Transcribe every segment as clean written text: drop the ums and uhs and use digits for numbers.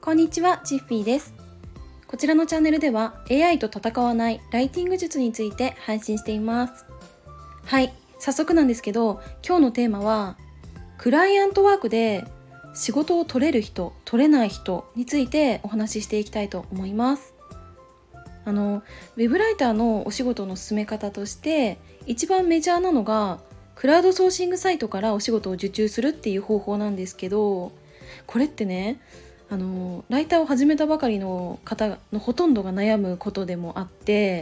こんにちは、チッフィーです。こちらのチャンネルでは AI と戦わないライティング術について配信しています。はい、早速なんですけど、今日のテーマはクライアントワークで仕事を取れる人、取れない人についてお話ししていきたいと思います。ウェブライターのお仕事の進め方として一番メジャーなのがクラウドソーシングサイトからお仕事を受注するっていう方法なんですけど、これってね、ライターを始めたばかりの方のほとんどが悩むことでもあって、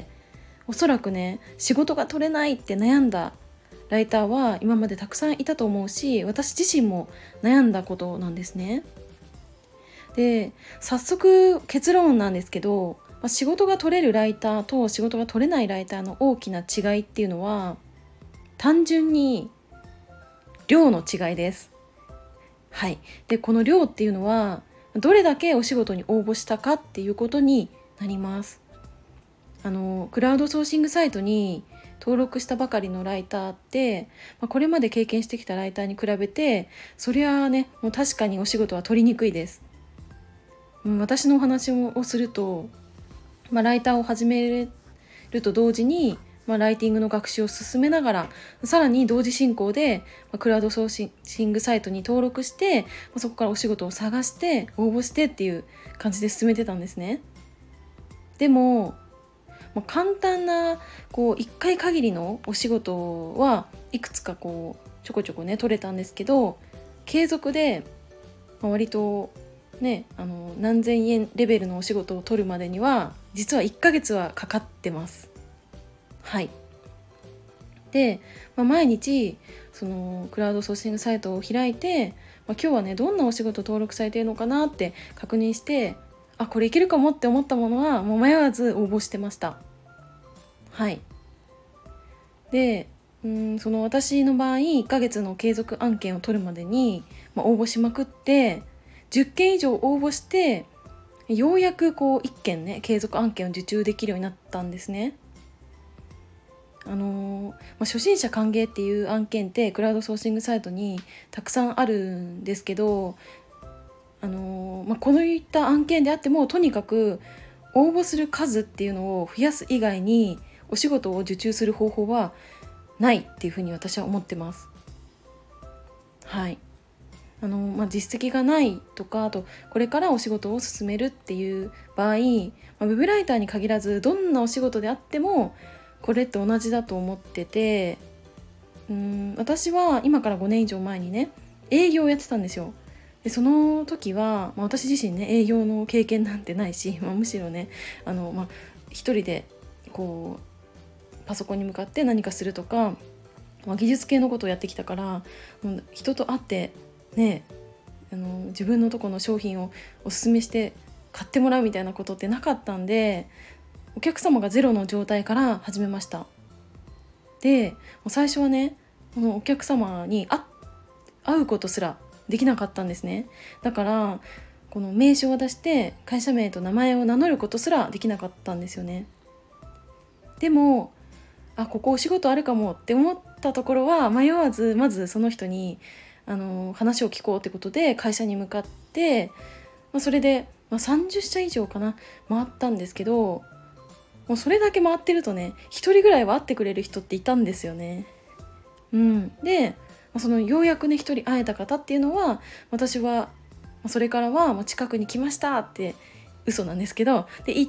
おそらくね、仕事が取れないって悩んだライターは今までたくさんいたと思うし、私自身も悩んだことなんですね。で、早速結論なんですけど、仕事が取れるライターと仕事が取れないライターの大きな違いっていうのは単純に量の違いです。はい。で、この量っていうのはどれだけお仕事に応募したかっていうことになります。クラウドソーシングサイトに登録したばかりのライターって、これまで経験してきたライターに比べて、そりゃあね、もう確かにお仕事は取りにくいです。私のお話をすると、ライターを始めると同時に、ライティングの学習を進めながら、さらに同時進行で、クラウドソーシングサイトに登録して、そこからお仕事を探して応募してっていう感じで進めてたんですね。でも簡単な1回限りのお仕事はいくつかちょこちょこね取れたんですけど、継続で、割とね、何千円レベルのお仕事を取るまでには実は1ヶ月はかかってます。はい。で、毎日そのクラウドソーシングサイトを開いて、今日はねどんなお仕事登録されているのかなって確認して、これいけるかもって思ったものはもう迷わず応募してました。はい。で、その私の場合1ヶ月の継続案件を取るまでに、応募しまくって10件以上応募して、ようやく1件ね継続案件を受注できるようになったんですね。初心者歓迎っていう案件ってクラウドソーシングサイトにたくさんあるんですけど、こういった案件であってもとにかく応募する数っていうのを増やす以外にお仕事を受注する方法はないっていうふうに私は思ってます。はい。実績がないとか、あとこれからお仕事を進めるっていう場合、ウェブライターに限らずどんなお仕事であってもこれって同じだと思ってて、私は今から5年以上前にね営業をやってたんですよ。でその時は、私自身ね営業の経験なんてないし、むしろね一人でパソコンに向かって何かするとか、技術系のことをやってきたから、人と会ってね自分のとこの商品をおすすめして買ってもらうみたいなことってなかったんで、お客様がゼロの状態から始めました。でもう最初はねこのお客様に会うことすらできなかったんですね。だからこの名刺を渡して会社名と名前を名乗ることすらできなかったんですよね。でもここお仕事あるかもって思ったところは迷わずまずその人に話を聞こうってことで会社に向かって、それで、30社以上かな回ったんですけど、もうそれだけ回ってるとね一人ぐらいは会ってくれる人っていたんですよね。でそのようやくね一人会えた方っていうのは、私はそれからは近くに来ましたって嘘なんですけどで行って、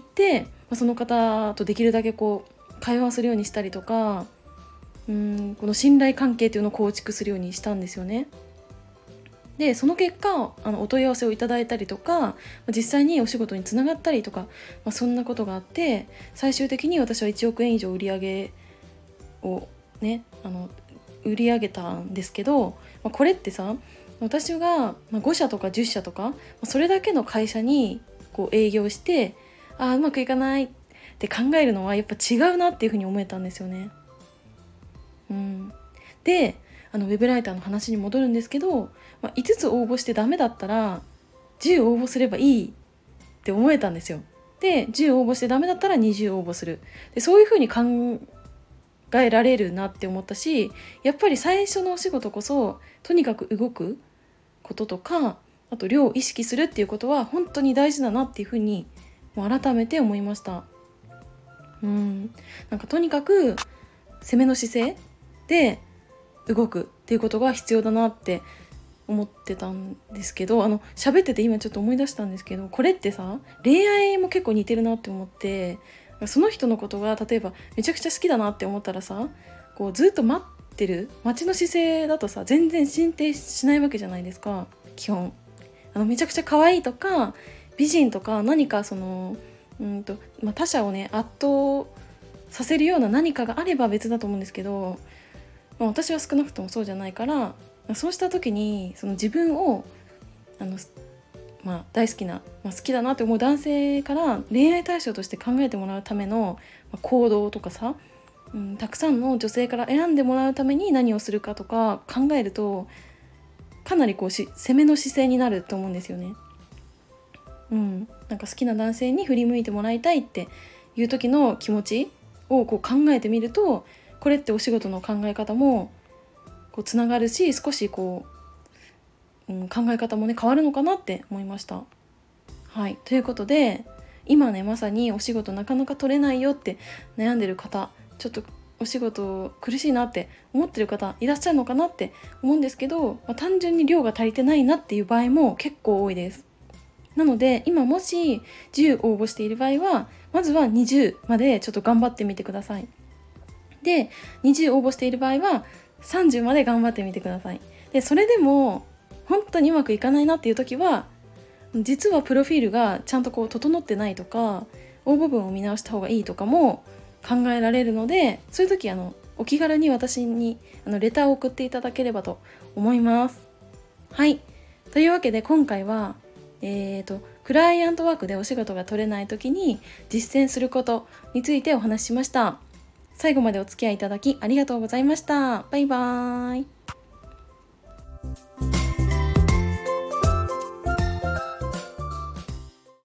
その方とできるだけ会話をするようにしたりとか、この信頼関係っていうのを構築するようにしたんですよね。でその結果お問い合わせをいただいたりとか、実際にお仕事につながったりとか、そんなことがあって、最終的に私は1億円以上売り上げをね売り上げたんですけど、これってさ私が5社とか10社とかそれだけの会社に営業してうまくいかないって考えるのはやっぱ違うなっていうふうに思えたんですよね。でウェブライターの話に戻るんですけど、5つ応募してダメだったら10応募すればいいって思えたんですよ。で10応募してダメだったら20応募する。でそういうふうに考えられるなって思ったし、やっぱり最初のお仕事こそとにかく動くこととか、 あと量を意識するっていうことは本当に大事だなっていうふうにもう改めて思いました。なんかとにかく攻めの姿勢で動くっていうことが必要だなって思ってたんですけど、喋ってて今ちょっと思い出したんですけど、これってさ恋愛も結構似てるなって思って、その人のことが例えばめちゃくちゃ好きだなって思ったらさ、こうずっと待ってる待ちの姿勢だとさ全然進展しないわけじゃないですか。基本めちゃくちゃ可愛いとか美人とか何かその他者をね圧倒させるような何かがあれば別だと思うんですけど、私は少なくともそうじゃないから、そうした時にその自分を大好きな、好きだなって思う男性から恋愛対象として考えてもらうための行動とかさ、たくさんの女性から選んでもらうために何をするかとか考えるとかなりこう攻めの姿勢になると思うんですよね。なんか好きな男性に振り向いてもらいたいっていう時の気持ちをこう考えてみると、これってお仕事の考え方もこうつながるし、少しこう、考え方もね変わるのかなって思いました。はい、ということで今ねまさにお仕事なかなか取れないよって悩んでる方、ちょっとお仕事苦しいなって思ってる方いらっしゃるのかなって思うんですけど、単純に量が足りてないなっていう場合も結構多いです。なので今もし10応募している場合はまずは20までちょっと頑張ってみてください。で20応募している場合は30まで頑張ってみてください。でそれでも本当にうまくいかないなっていう時は、実はプロフィールがちゃんとこう整ってないとか応募文を見直した方がいいとかも考えられるので、そういう時お気軽に私にレターを送っていただければと思います。はい、というわけで今回はクライアントワークでお仕事が取れない時に実践することについてお話ししました。最後までお付き合いいただきありがとうございました。バイバーイ。